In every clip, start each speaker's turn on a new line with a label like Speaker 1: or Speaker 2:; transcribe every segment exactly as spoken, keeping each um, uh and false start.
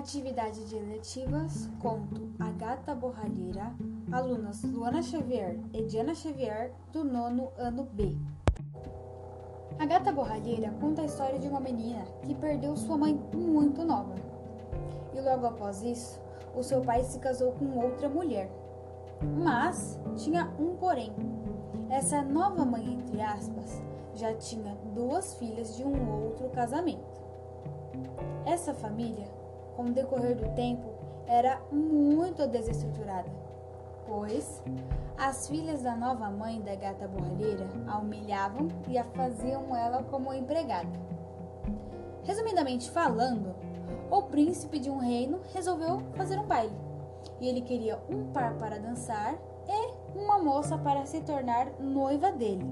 Speaker 1: Atividade de eletivas, conto A Gata Borralheira, alunas Luana Xavier e Diana Xavier, do nono ano B. A Gata Borralheira conta a história de uma menina que perdeu sua mãe muito nova. E logo após isso, o seu pai se casou com outra mulher. Mas tinha um porém. Essa nova mãe, entre aspas, já tinha duas filhas de um outro casamento. Essa família, com o decorrer do tempo, era muito desestruturada, pois as filhas da nova mãe da Gata Borralheira a humilhavam e a faziam ela como empregada. Resumidamente falando, o príncipe de um reino resolveu fazer um baile, e ele queria um par para dançar e uma moça para se tornar noiva dele.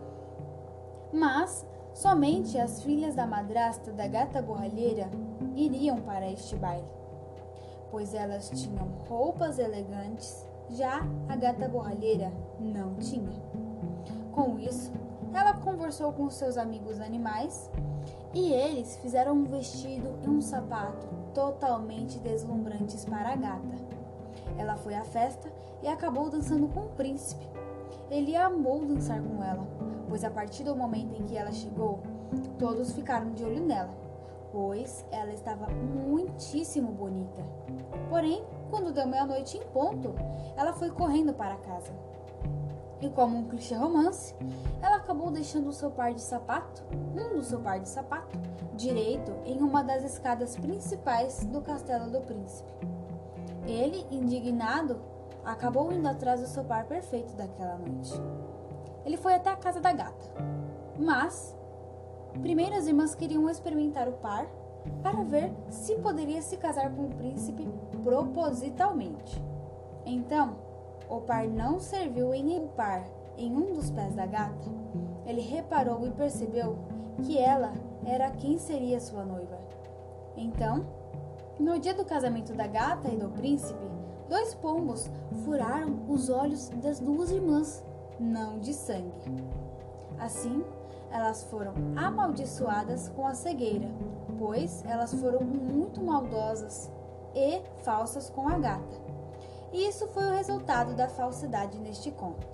Speaker 1: Mas somente as filhas da madrasta da Gata Borralheira iriam para este baile, pois elas tinham roupas elegantes, já a Gata Borralheira não tinha. Com isso, ela conversou com seus amigos animais e eles fizeram um vestido e um sapato totalmente deslumbrantes para a gata. Ela foi à festa e acabou dançando com o príncipe. Ele amou dançar com ela, pois a partir do momento em que ela chegou, todos ficaram de olho nela, pois ela estava muitíssimo bonita. Porém, quando deu meia-noite em ponto, ela foi correndo para casa. E como um clichê romance, ela acabou deixando o seu par de sapato, um do seu par de sapato, direito em uma das escadas principais do castelo do príncipe. Ele, indignado, acabou indo atrás do seu par perfeito daquela noite. Ele foi até a casa da gata, mas primeiro as irmãs queriam experimentar o par para ver se poderia se casar com o príncipe propositalmente. Então, o par não serviu em nenhum par em um dos pés da gata. Ele reparou e percebeu que ela era quem seria sua noiva. Então, no dia do casamento da gata e do príncipe, dois pombos furaram os olhos das duas irmãs, não de sangue. Assim, elas foram amaldiçoadas com a cegueira, pois elas foram muito maldosas e falsas com a gata. E isso foi o resultado da falsidade neste conto.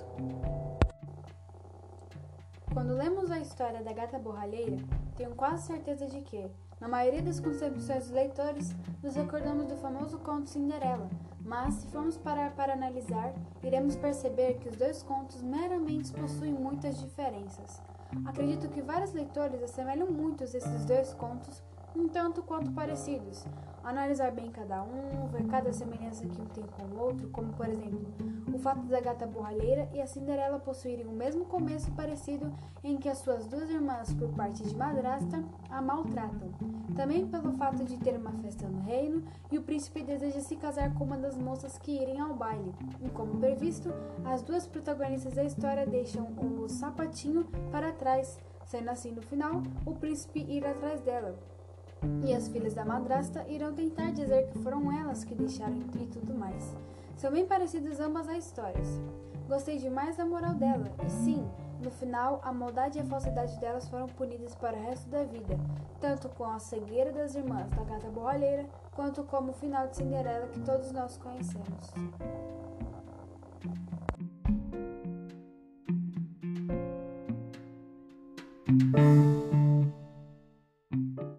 Speaker 1: Quando lemos a história da Gata Borralheira, tenho quase certeza de que, na maioria das concepções dos leitores, nos recordamos do famoso conto Cinderela, mas se formos parar para analisar, iremos perceber que os dois contos meramente possuem muitas diferenças. Acredito que vários leitores assemelham muito esses dois contos, um tanto quanto parecidos. Analisar bem cada um, ver cada semelhança que um tem com o outro, como por exemplo, o fato da Gata Borralheira e a Cinderela possuírem o mesmo começo parecido em que as suas duas irmãs, por parte de madrasta, a maltratam. Também pelo fato de ter uma festa no reino e o príncipe deseja se casar com uma das moças que irem ao baile. E como previsto, as duas protagonistas da história deixam o sapatinho para trás, sendo assim no final o príncipe ir atrás dela. E as filhas da madrasta irão tentar dizer que foram elas que deixaram e tudo mais. São bem parecidas ambas as histórias. Gostei demais da moral dela, e sim, no final, a maldade e a falsidade delas foram punidas para o resto da vida, tanto com a cegueira das irmãs da Gata Borralheira, quanto como o final de Cinderela que todos nós conhecemos.